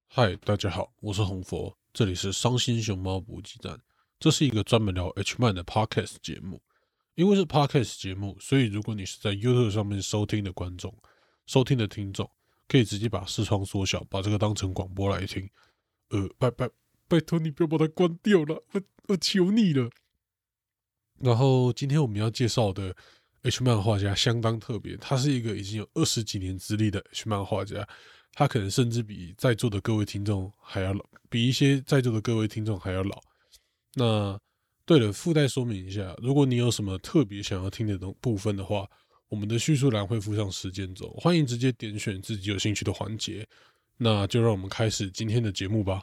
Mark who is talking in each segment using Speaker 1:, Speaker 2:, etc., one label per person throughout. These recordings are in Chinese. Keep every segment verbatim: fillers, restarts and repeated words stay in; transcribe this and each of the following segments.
Speaker 1: 嗨，大家好，我是红佛，这里是伤心熊猫补给站。这是一个专门聊 H 漫的 Podcast 节目。因为是 Podcast 节目，所以如果你是在 YouTube 上面收听的观众、收听的听众，可以直接把视窗缩小，把这个当成广播来听。呃，拜拜，拜托你不要把它关掉了，我我求你了。然后今天我们要介绍的 H 漫画家相当特别，他是一个已经有二十几年资历的 H 漫画家。他可能甚至比在座的各位听众还要老，比一些在座的各位听众还要老。那对了，附带说明一下，如果你有什么特别想要听的部分的话，我们的叙述栏会附上时间轴，欢迎直接点选自己有兴趣的环节。那就让我们开始今天的节目吧。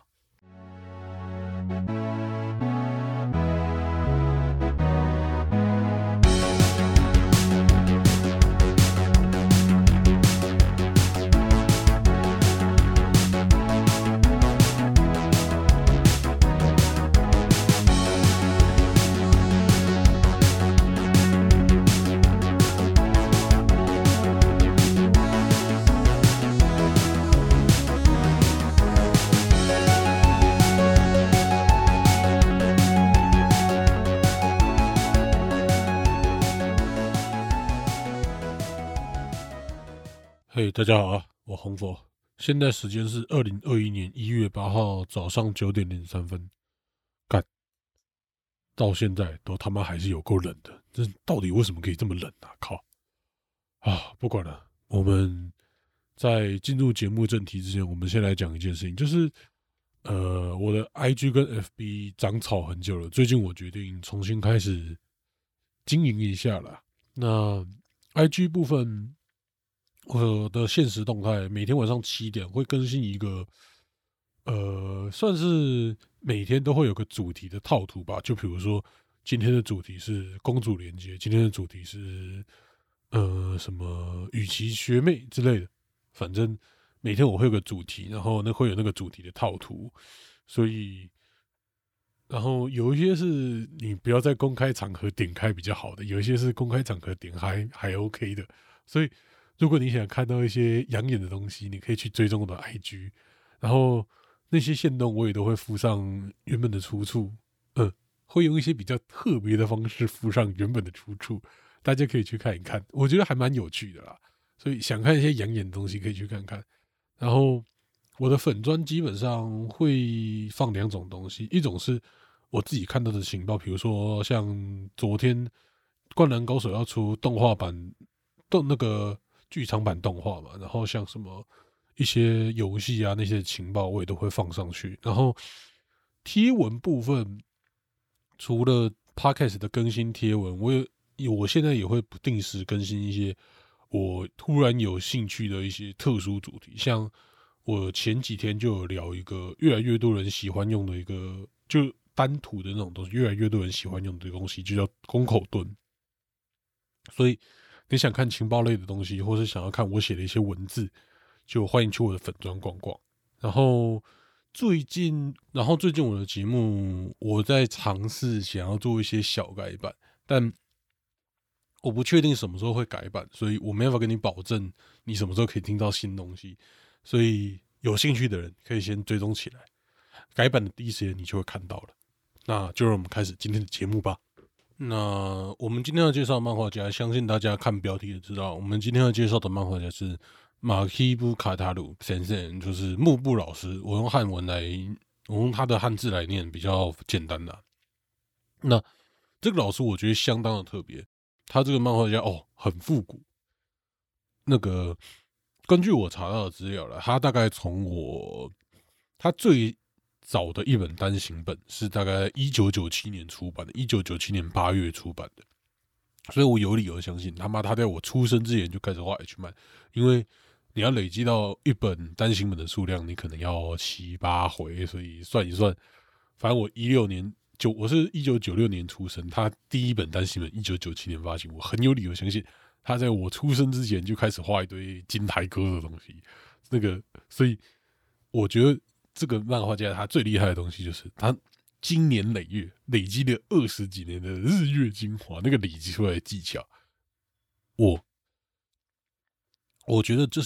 Speaker 1: 嘿、hey, 大家好啊，我红佛。现在时间是二零二一年一月八号早上九点零三分。干，到现在都他妈还是有够冷的，这到底为什么可以这么冷啊？靠！啊，不管了，我们在进入节目正题之前，我们先来讲一件事情，就是呃，我的 I G 跟 F B 长草很久了，最近我决定重新开始经营一下啦。那 I G 部分。我的限时动态每天晚上七点会更新一个，呃，算是每天都会有个主题的套图吧。就比如说今天的主题是公主连接，今天的主题是呃什么雨琦学妹之类的。反正每天我会有个主题，然后那会有那个主题的套图。所以，然后有一些是你不要在公开场合点开比较好的，有一些是公开场合点还还 OK 的。所以。如果你想看到一些养眼的东西，你可以去追踪我的 I G， 然后那些限动我也都会附上原本的出处，嗯，会用一些比较特别的方式附上原本的出处，大家可以去看一看，我觉得还蛮有趣的啦。所以想看一些养眼的东西可以去看看。然后我的粉专基本上会放两种东西，一种是我自己看到的情报，比如说像昨天《灌篮高手》要出动画版，动那个。剧场版动画嘛，然后像什么一些游戏啊那些情报我也都会放上去。然后贴文部分，除了 Podcast 的更新贴文，我也我现在也会不定时更新一些我突然有兴趣的一些特殊主题。像我前几天就有聊一个越来越多人喜欢用的一个就单图的那种东西，越来越多人喜欢用的东西就叫空口盾。所以你想看情报类的东西，或是想要看我写的一些文字，就欢迎去我的粉专逛逛。然后最近，然后最近我的节目，我在尝试想要做一些小改版，但我不确定什么时候会改版，所以我没办法跟你保证你什么时候可以听到新东西。所以有兴趣的人可以先追踪起来，改版的第一时间你就会看到了。那就让我们开始今天的节目吧。那我们今天要介绍的漫画家，相信大家看标题就知道，我们今天要介绍的漫画家是马基布卡塔鲁先生，就是木布老师。我用汉文来，我用他的汉字来念比较简单的。那这个老师我觉得相当的特别，他这个漫画家哦很复古。那个根据我查到的资料了，他大概从我他最早的一本单行本是大概一九九七年出版的，一九九七年八月出版的，所以我有理由相信他妈他在我出生之前就开始画 H 漫，因为你要累积到一本单行本的数量，你可能要七八回，所以算一算，反正我一六年就我是一九九六年出生，他第一本单行本一九九七年发行，我很有理由相信他在我出生之前就开始画一堆金台歌的东西，那个，所以我觉得。这个漫画家他最厉害的东西就是他经年累月累积了二十几年的日月精华，那个累积出来的技巧，我我觉得这是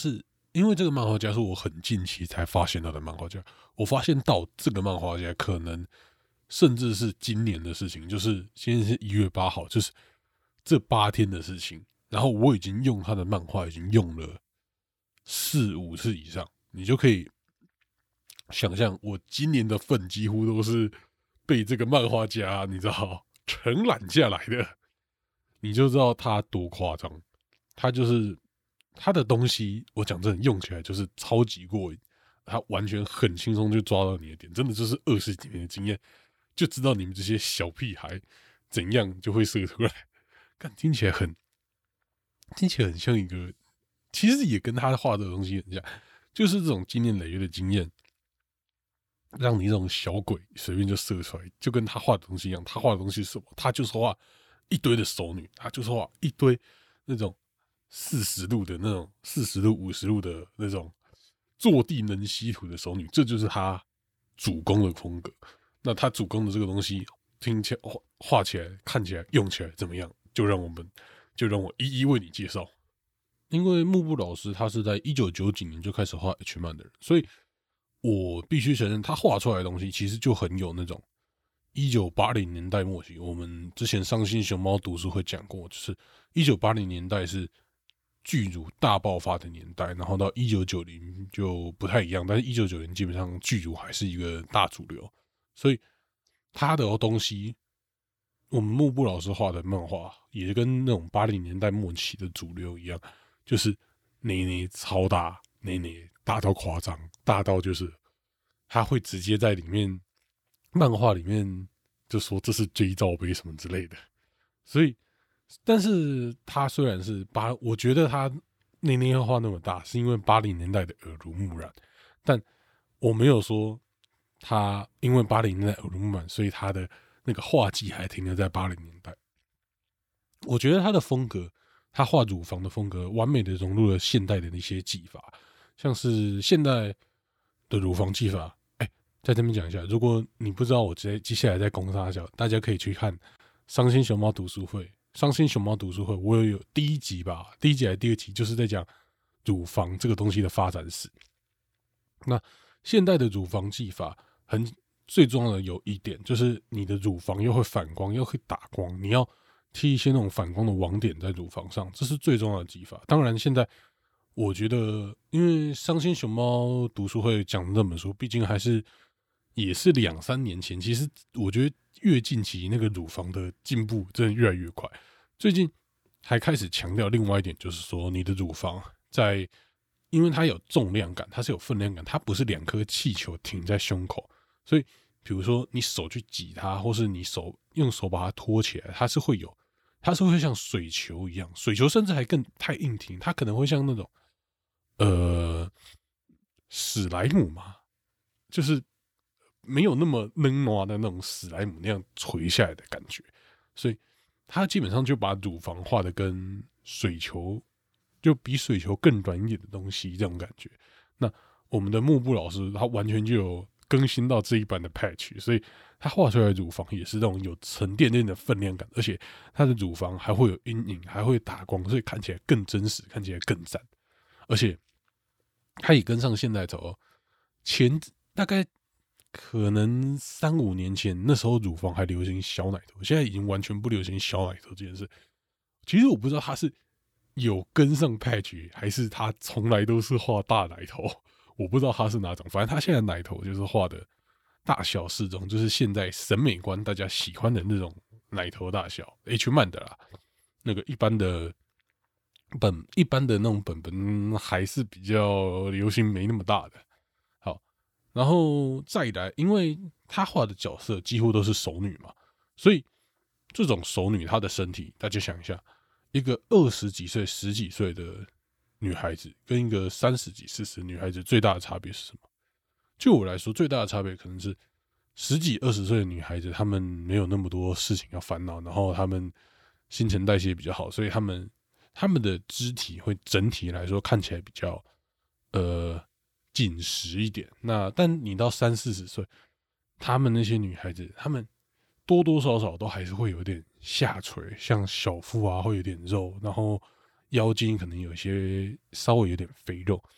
Speaker 1: 因为这个漫画家是我很近期才发现到的漫画家，我发现到这个漫画家可能甚至是今年的事情，就是现在是一月八号，就是这八天的事情。然后我已经用他的漫画已经用了四五次以上，你就可以想象我今年的份几乎都是被这个漫画家你知道承揽下来的，你就知道他多夸张。他就是他的东西，我讲真的用起来就是超级过瘾，他完全很轻松就抓到你的点，真的就是二十几年的经验就知道你们这些小屁孩怎样就会射出来。看听起来很听起来很像一个，其实也跟他画的东西很像，就是这种经年累月的经验，让你这种小鬼随便就射出来，就跟他画的东西一样。他画的东西是什么？他就是画一堆的熟女，他就是画一堆那种四十度的那种四十度、五十度的那种坐地能吸土的熟女，这就是他主攻的风格。那他主攻的这个东西，听起来画起来、看起来、用起来怎么样？就让我们就让我一一为你介绍。因为木布老师他是在一九九几年就开始画 H 漫的人，所以我必须承认，他画出来的东西其实就很有那种一九八零年代末期。我们之前伤心熊猫读书会讲过，就是一九八零年代是巨乳大爆发的年代，然后到一九九零就不太一样，但是一九九零基本上巨乳还是一个大主流，所以他的东西。我们木布老师画的漫画也跟那种八零年代末期的主流一样，就是内内超大，内内大到夸张，大到就是他会直接在里面漫画里面就说这是 J 罩杯什么之类的。所以，但是他虽然是八，我觉得他内内画那么大，是因为八零年代的耳濡目染，但我没有说他因为八零年代耳濡目染，所以他的。那个画技还停留在八零年代，我觉得他的风格，他画乳房的风格，完美的融入了现代的那些技法，像是现代的乳房技法。哎、欸，在这边讲一下，如果你不知道我接接下来在攻啥小，大家可以去看《伤心熊猫读书会》。《伤心熊猫读书会》我有有第一集吧，第一集还是第二集，就是在讲乳房这个东西的发展史。那现代的乳房技法很。最重要的有一点就是你的乳房又会反光又会打光，你要贴一些那种反光的网点在乳房上，这是最重要的技法。当然现在我觉得因为伤心熊猫读书会讲的这本书毕竟还是也是两三年前，其实我觉得越近期那个乳房的进步真的越来越快。最近还开始强调另外一点，就是说你的乳房在因为它有重量感，它是有分量感，它不是两颗气球停在胸口，所以比如说你手去挤它，或是你手用手把它托起来，它是会有，它是会像水球一样，水球甚至还更太硬挺，它可能会像那种呃史莱姆嘛，就是没有那么嫩滑的那种史莱姆那样垂下来的感觉，所以它基本上就把乳房画的跟水球，就比水球更软一点的东西这种感觉。那我们的幕布老师他完全就有更新到这一版的 patch， 所以他画出来的乳房也是那种有沉甸甸的分量感，而且他的乳房还会有阴影，还会打光，所以看起来更真实，看起来更赞。而且他也跟上现代头，前大概可能三五年前那时候乳房还流行小奶头，现在已经完全不流行小奶头这件事。其实我不知道他是有跟上 patch， 还是他从来都是画大奶头。我不知道他是哪种，反正他现在奶头就是画的大小适中，就是现在审美观大家喜欢的那种奶头大小 ，H 漫的啦，那个一般的本一般的那种本本还是比较流行没那么大的。好，然后再来，因为他画的角色几乎都是熟女嘛，所以这种熟女她的身体，大家想一下，一个二十几岁、十几岁的女孩子跟一个三十几、四十女孩子最大的差别是什么？就我来说，最大的差别可能是十几、二十岁的女孩子，她们没有那么多事情要烦恼，然后她们新陈代谢比较好，所以她们她们的肢体会整体来说看起来比较呃紧实一点。那但你到三四十岁，她们那些女孩子，她们多多少少都还是会有点下垂，像小腹啊会有点肉，然后腰间可能有些稍微有点肥肉，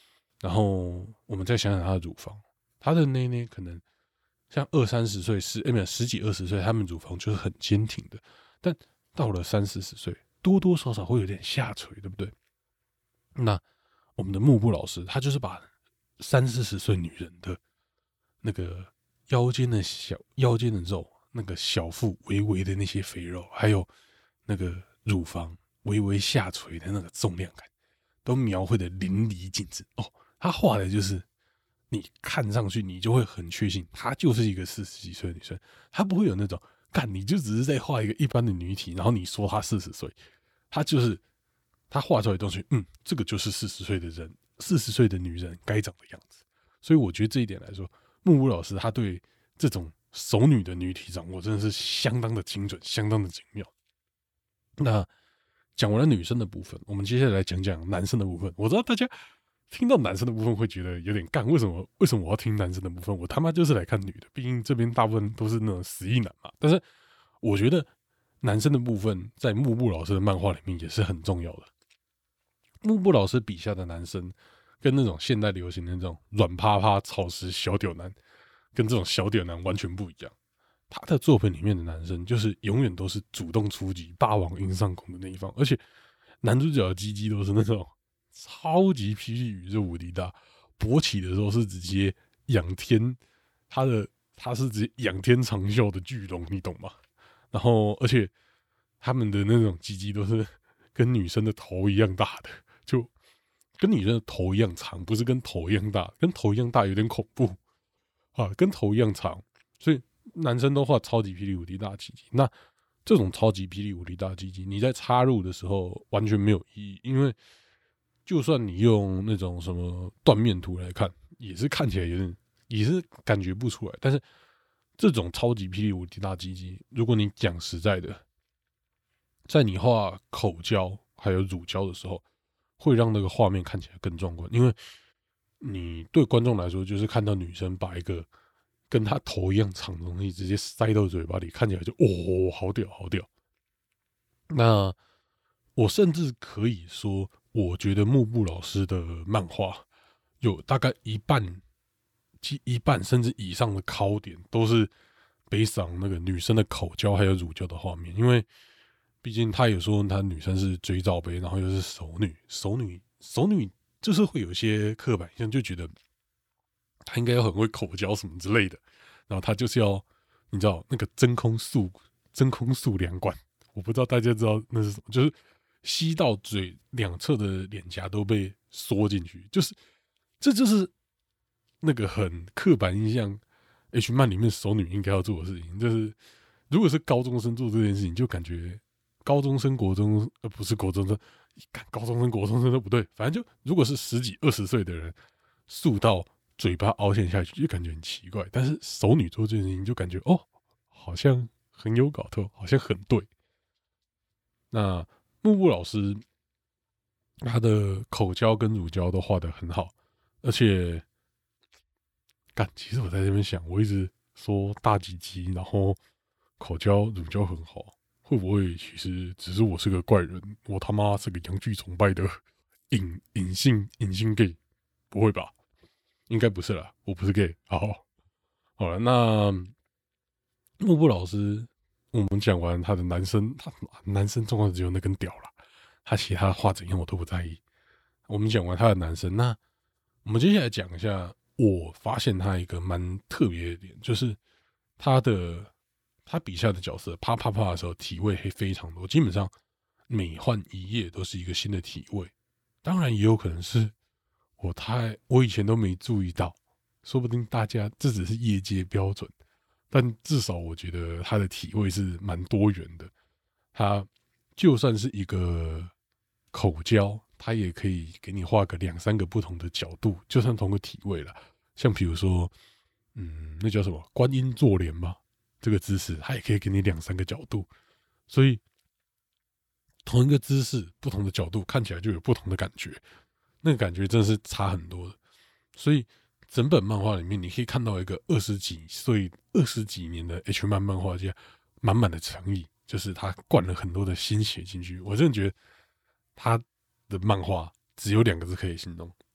Speaker 1: 然后我们再想想他的乳房，他的内内可能像二三十岁是，哎，没有十几二十岁，他们乳房就是很坚挺的，但到了三四十岁，多多少少会有点下垂，对不对？那我们的幕布老师，他就是把三四十岁女人的那个腰间的小腰间的肉，那个小腹微微的那些肥肉，还有那个乳房微微下垂的那个重量感，都描绘的淋漓尽致哦。他画的就是你看上去你就会很确信，她就是一个四十几岁的女生，她不会有那种干你就只是在画一个一般的女体，然后你说她四十岁，她就是她画出来的东西，嗯，这个就是四十岁的人，四十岁的女人该长的样子。所以我觉得这一点来说，木木老师他对这种熟女的女体掌握真的是相当的精准，相当的精妙。那讲完了女生的部分，我们接下来讲讲男生的部分。我知道大家听到男生的部分会觉得有点干，为什么？为什么我要听男生的部分？我他妈就是来看女的，毕竟这边大部分都是那种死意男嘛。但是我觉得男生的部分在木木老师的漫画里面也是很重要的。木木老师笔下的男生跟那种现代流行的那种软趴趴、草食小屌男，跟这种小屌男完全不一样。他的作品里面的男生就是永远都是主动出击、霸王硬上弓的那一方，而且男主角的鸡鸡都是那种超级霹雳宇宙无敌大，勃起的时候是直接仰天，他的他是直接仰天长啸的巨龙，你懂吗？然后而且他们的那种鸡鸡都是跟女生的头一样大的，就跟女生的头一样长，不是跟头一样大，跟头一样大有点恐怖啊，跟头一样长，所以男生都画超级霹雳无敌大鸡鸡。那这种超级霹雳无敌大鸡鸡，你在插入的时候完全没有意义，因为就算你用那种什么断面图来看，也是看起来有点，也是感觉不出来。但是这种超级霹雳无敌大鸡鸡，如果你讲实在的，在你画口交还有乳胶的时候，会让那个画面看起来更壮观，因为你对观众来说，就是看到女生把一个跟她头一样长的东西直接塞到嘴巴里，看起来就哦，好屌，好屌。那我甚至可以说，我觉得木布老师的漫画有大概一半、一半甚至以上的考点都是背上那个女生的口交还有乳胶的画面，因为毕竟他有说他女生是追罩杯，然后又是熟女，熟女，熟女就是会有一些刻板印象，就觉得她应该要很会口交什么之类的，然后她就是要你知道那个真空速真空速两管，我不知道大家知道那是什么，就是吸到嘴两侧的脸颊都被缩进去，就是这就是那个很刻板印象 H 漫里面熟女应该要做的事情，就是如果是高中生做这件事情，就感觉高中生、国中呃不是国中生，高中生、国中生都不对，反正就如果是十几二十岁的人塑到嘴巴凹陷下去，就感觉很奇怪。但是熟女做这件事情，就感觉哦，好像很有搞头，好像很对。那木木老师他的口交跟乳胶都画得很好，而且干，其实我在这边想，我一直说大鸡鸡，然后口交、乳胶很好，会不会其实只是我是个怪人？我他妈是个洋剧崇拜的隐隐性隐性 gay？ 不会吧？应该不是啦，我不是 gay。好，好了，那木布老师，我们讲完他的男生，他男生重要的只有那根屌啦，他其他画怎样我都不在意。我们讲完他的男生，那我们接下来讲一下，我发现他一个蛮特别的点，就是他的他笔下的角色啪啪啪的时候体位会非常多，基本上每换一页都是一个新的体位。当然也有可能是我太我以前都没注意到，说不定大家这只是业界标准，但至少我觉得他的体位是蛮多元的。他就算是一个口交，他也可以给你画个两三个不同的角度，就算同个体位啦。像比如说，嗯，那叫什么观音坐莲嘛，这个姿势，他也可以给你两三个角度，所以同一个姿势，不同的角度看起来就有不同的感觉，那个感觉真的是差很多的。所以整本漫画里面，你可以看到一个二十几岁、二十几年的 H 漫漫画家满满的诚意，就是他灌了很多的心血进去。我真的觉得他的漫画只有两个字可以形容：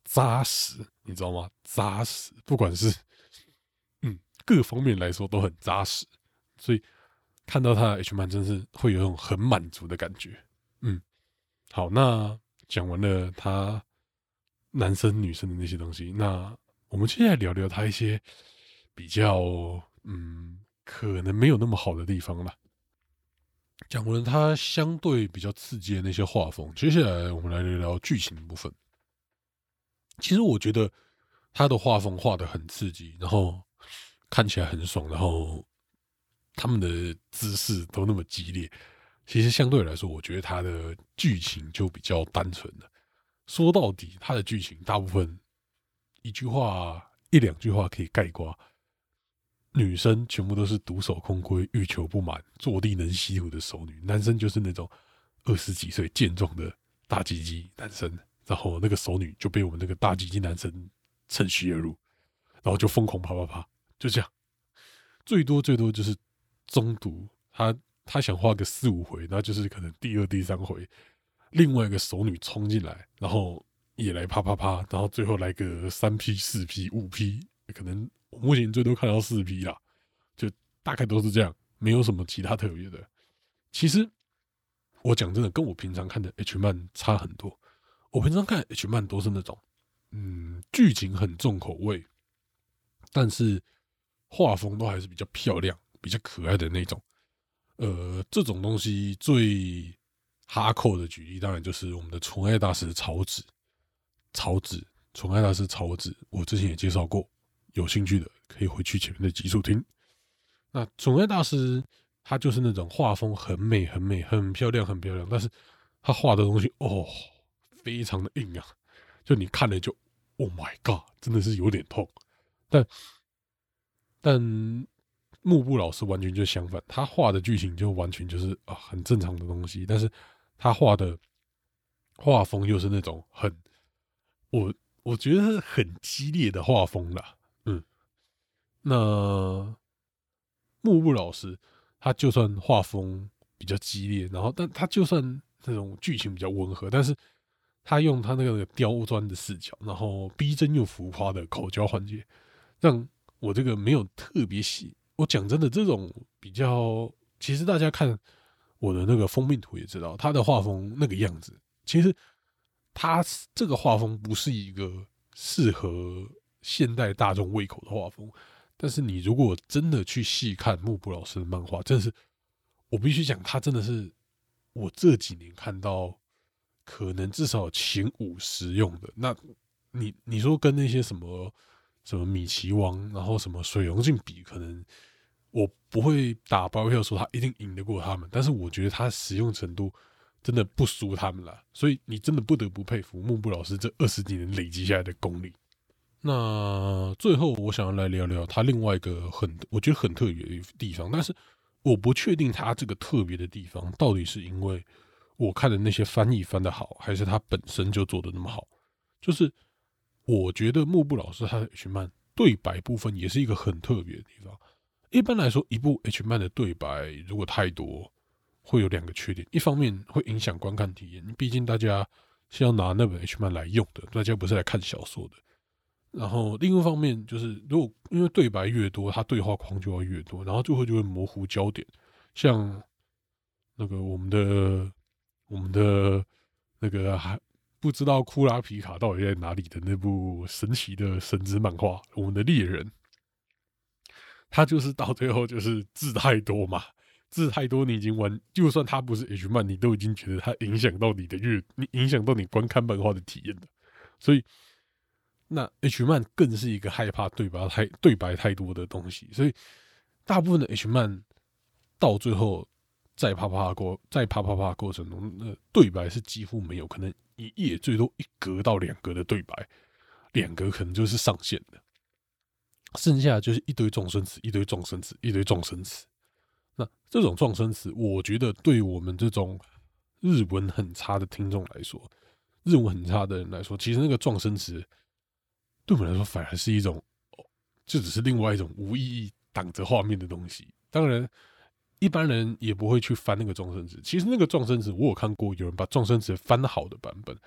Speaker 1: 扎实，你知道吗？扎实，不管是嗯各方面来说都很扎实，所以看到他的 H 漫真是会有一种很满足的感觉。嗯，好，那讲完了他男生女生的那些东西，那我们接下来聊聊他一些比较嗯可能没有那么好的地方啦。讲完了他相对比较刺激的那些画风，接下来我们来聊聊剧情的部分。其实我觉得他的画风画得很刺激，然后看起来很爽，然后他们的姿势都那么激烈。其实相对来说，我觉得他的剧情就比较单纯了。说到底，他的剧情大部分一句话、一两句话可以概括。女生全部都是独守空闺、欲求不满、坐地能吸土的熟女，男生就是那种二十几岁健壮的大鸡鸡男生，然后那个熟女就被我们那个大鸡鸡男生趁虚而入，然后就疯狂啪啪啪，就这样。最多最多就是中途他他想画个四五回，那就是可能第二、第三回，另外一个熟女冲进来，然后也来啪啪啪，然后最后来个三 P、四 P、五 P，可能我目前最多看到四 P 啦，就大概都是这样，没有什么其他特别的。其实我讲真的，跟我平常看的 H 漫差很多。我平常看 H 漫都是那种，嗯，剧情很重口味，但是画风都还是比较漂亮、比较可爱的那种。呃，这种东西最哈扣的举例，当然就是我们的纯爱大师草子。草子，纯爱大师草子，我之前也介绍过，有兴趣的可以回去前面的集数听。那纯爱大师他就是那种画风很美、很美、很漂亮、很漂亮，但是他画的东西哦，非常的硬啊，就你看了就 Oh my God， 真的是有点痛。但但幕布老师完全就相反，他画的剧情就完全就是啊很正常的东西，但是他画的画风又是那种很我我觉得很激烈的画风啦。嗯，那幕布老师他就算画风比较激烈，然后但他就算这种剧情比较温和，但是他用他那个刁钻的视角，然后逼真又浮夸的口交环节，让我这个没有特别喜。我讲真的，这种比较，其实大家看我的那个封面图也知道，他的画风那个样子，其实他这个画风不是一个适合现代大众胃口的画风。但是你如果真的去细看木布老师的漫画，真的是我必须讲，他真的是我这几年看到可能至少前五十用的。那你你说跟那些什么什么米奇王，然后什么水溶镜比，可能我不会打包票说他一定赢得过他们，但是我觉得他实用程度真的不输他们啦。所以你真的不得不佩服木布老师这二十几年累积下来的功力。那最后我想要来聊聊他另外一个很我觉得很特别的地方，但是我不确定他这个特别的地方到底是因为我看的那些翻译翻得好，还是他本身就做的那么好。就是我觉得木布老师他的 H 漫对白部分也是一个很特别的地方。一般来说，一部 H 漫的对白如果太多，会有两个缺点，一方面会影响观看体验，毕竟大家是要拿那本 H 漫来用的，大家不是来看小说的。然后另一方面就是，如果因为对白越多，它对话框就要越多，然后最后就会模糊焦点。像那个我们的我们的那个还不知道库拉皮卡到底在哪里的那部神奇的神之漫画，我们的猎人，他就是到最后就是字太多嘛，字太多，你已经完，就算他不是 H 漫，你都已经觉得他影响到你的阅，你影响到你观看漫画的体验了，所以。那 H 漫更是一个害怕对白太对白太多的东西，所以大部分的 H 漫到最后在啪啪过在啪啪啪过程中，那对白是几乎没有，可能一页最多一格到两格的对白，两格可能就是上限的，剩下就是一堆撞声词，一堆撞声词，一堆撞声词。那这种撞声词，我觉得对我们这种日文很差的听众来说，日文很差的人来说，其实那个撞声词。对我们来说，反而是一种，就只是另外一种无意义挡着画面的东西。当然，一般人也不会去翻那个撞声词。其实那个撞声词，我有看过有人把撞声词翻好的版本，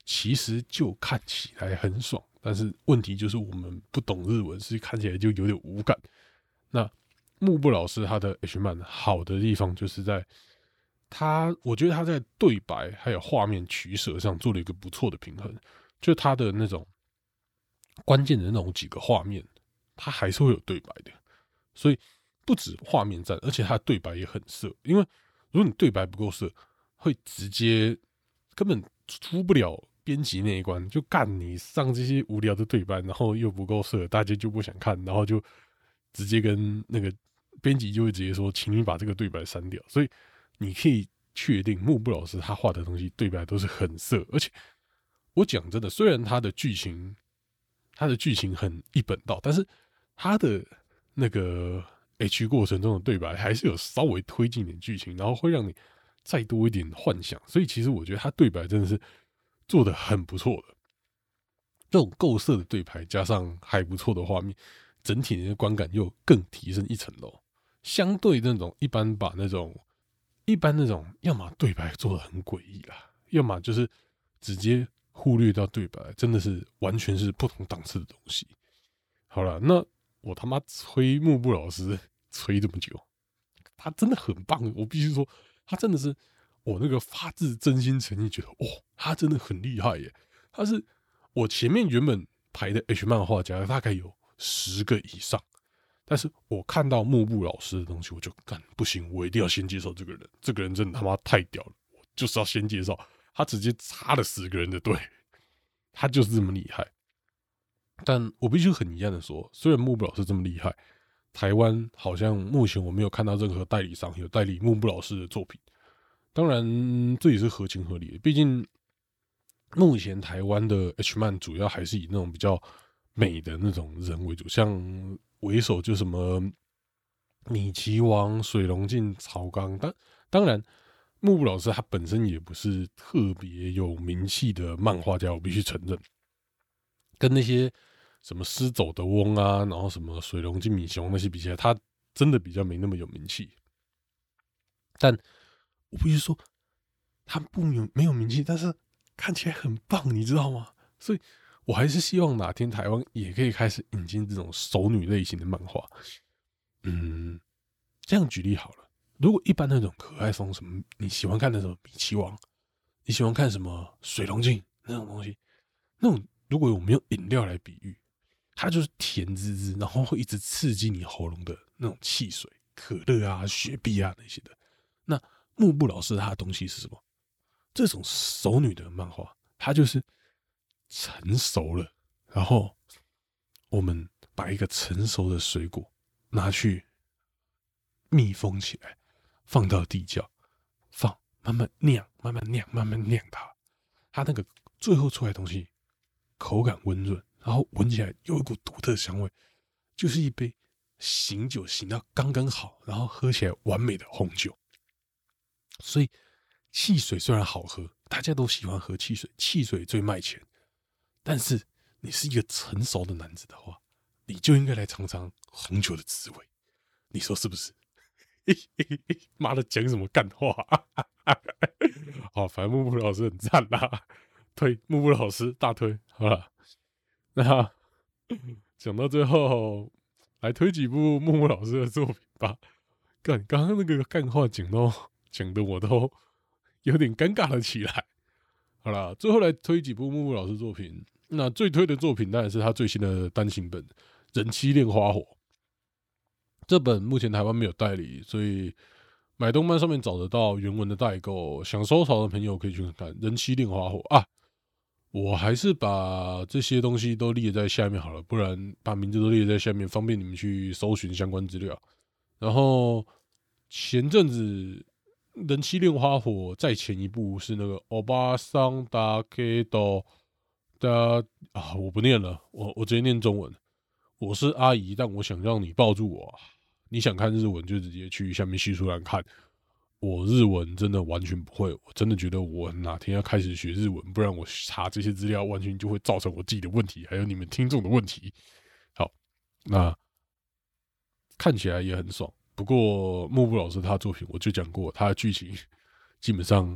Speaker 1: 其实就看起来很爽，但是问题就是我们不懂日文，所以看起来就有点无感。那木部老师他的 H 漫好的地方就是在他，我觉得他在对白还有画面取舍上做了一个不错的平衡，就他的那种关键的那种几个画面，他还是会有对白的，所以不止画面赞，而且他的对白也很色，因为如果你对白不够色，会直接根本出不了编辑那一关，就干你上这些无聊的对白，然后又不够色，大家就不想看，然后就直接跟那个编辑就会直接说，请你把这个对白删掉。所以你可以确定木部老师他画的东西对白都是很色，而且我讲真的，虽然他的剧情他的剧情很一本道，但是他的那个 H 过程中的对白还是有稍微推进点剧情，然后会让你再多一点幻想。所以其实我觉得他对白真的是做的很不错的，这种够色的对白加上还不错的画面，整体的观感又更提升一层楼。相对那种一般把那种一般那种，要么对白做的很诡异啦，要么就是直接忽略掉对白，真的是完全是不同档次的东西。好了，那我他妈吹木部老师吹这么久，他真的很棒，我必须说，他真的是我那个发自真心诚意觉得，哦，他真的很厉害耶！他是我前面原本排的 H 漫画家大概有十个以上，但是我看到木部老师的东西，我就干不行，我一定要先介绍这个人，这个人真的他妈太屌了，我就是要先介绍。他直接插了十个人的队，他就是这么厉害。但我必须很遗憾的说，虽然木部老师这么厉害，台湾好像目前我没有看到任何代理商有代理木部老师的作品。当然，这也是合情合理的，毕竟目前台湾的 H 漫主要还是以那种比较美的那种人为主，像为首就什么米奇王、水龙镜、曹刚。当当然，木部老师他本身也不是特别有名气的漫画家，我必须承认。跟那些什么狮走的翁啊，然后什么水龙镜米熊那些比起来，他真的比较没那么有名气。但我必须说，他不有没有名气，但是看起来很棒，你知道吗？所以我还是希望哪天台湾也可以开始引进这种熟女类型的漫画。嗯，这样举例好了，如果一般那种可爱风什么，你喜欢看那种米奇王，你喜欢看什么水龙镜那种东西，那种如果我们用饮料来比喻，它就是甜滋滋，然后会一直刺激你喉咙的那种汽水，可乐啊、雪碧啊那些的。那木部老师他的东西是什么？这种熟女的漫画，它就是成熟了，然后我们把一个成熟的水果拿去密封起来，放到地窖，放慢慢酿，慢慢酿，慢慢酿它，它那个最后出来的东西口感温润，然后闻起来有一股独特的香味，就是一杯醒酒醒到刚刚好，然后喝起来完美的红酒。所以汽水虽然好喝，大家都喜欢喝汽水，汽水最卖钱。但是你是一个成熟的男子的话，你就应该来尝尝红酒的滋味，你说是不是？妈的，讲什么干话？好，反正木木老师很赞啦，推木木老师大推，好了。那讲到最后，来推几部木木老师的作品吧。干，刚刚那个干话讲到讲的我都有点尴尬了起来。好啦，最后来推几部木木老师作品。那最推的作品当然是他最新的单行本《人妻恋花火》。这本目前台湾没有代理，所以买动漫上面找得到原文的代购。想收藏的朋友可以去看看《人妻恋花火》啊。我还是把这些东西都列在下面好了，不然把名字都列在下面，方便你们去搜寻相关资料。然后前阵子人妻恋花火再前一部是那个欧巴桑达 K 多的啊，我不念了，我我直接念中文。我是阿姨，但我想让你抱住我。你想看日文就直接去下面叙述栏看。我日文真的完全不会，我真的觉得我哪天要开始学日文，不然我查这些资料完全就会造成我自己的问题，还有你们听众的问题。好，那看起来也很爽。不过木部老师他的作品我就讲过，他的剧情基本上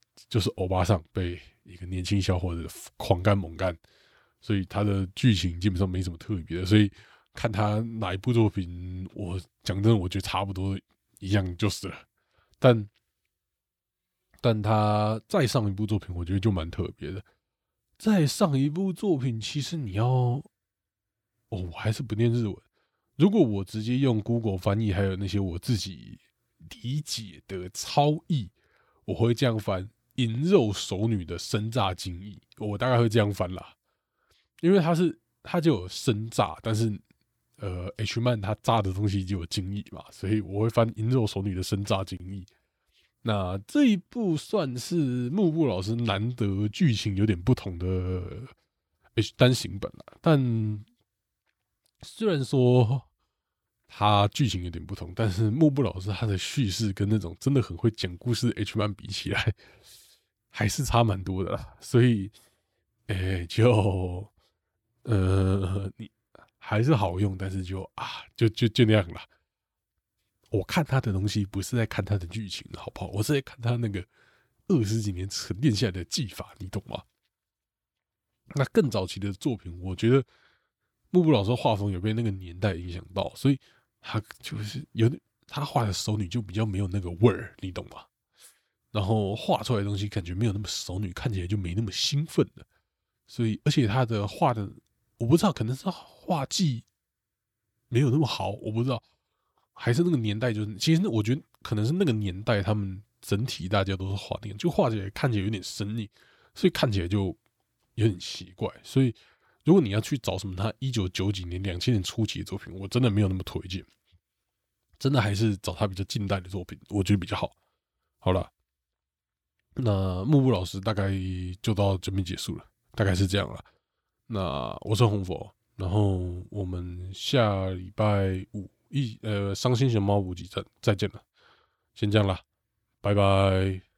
Speaker 1: 就是欧巴桑被一个年轻小伙子狂干猛干，所以他的剧情基本上没什么特别的，所以看他哪一部作品，我讲真的，我觉得差不多一样就是了。但但他再上一部作品，我觉得就蛮特别的。再上一部作品，其实你要，哦，我还是不念日文。如果我直接用 Google 翻译，还有那些我自己理解的超译，我会这样翻：银肉熟女的生炸精益，我大概会这样翻啦。因为它是它就有生炸，但是呃 H 漫它炸的东西就有精益嘛，所以我会翻银肉熟女的生炸精益。那这一部算是木布老师难得剧情有点不同的 H 单行本啦，但虽然说他剧情有点不同，但是木布老师他的叙事跟那种真的很会讲故事的 H 漫比起来，还是差蛮多的啦。所以，哎、欸，就呃，你还是好用，但是就啊，就就就那样啦。我看他的东西不是在看他的剧情，好不好？我是在看他那个二十几年沉淀下来的技法，你懂吗？那更早期的作品，我觉得木布老师画风有被那个年代影响到，所以他就是有点他画的熟女就比较没有那个味儿，你懂吗？然后画出来的东西感觉没有那么熟女，看起来就没那么兴奋了。所以，而且他的画的，我不知道，可能是画技没有那么好，我不知道。还是那个年代，就是其实那我觉得可能是那个年代，他们整体大家都是画那样，就画起来看起来有点生硬，所以看起来就有点奇怪。所以如果你要去找什么他一九九几年、两千年初期的作品，我真的没有那么推荐，真的还是找他比较近代的作品，我觉得比较好。好了，那木布老师大概就到这边结束了，大概是这样了。那我是红佛，然后我们下礼拜五。一呃，伤心熊猫补给站再见了，先这样啦，拜拜。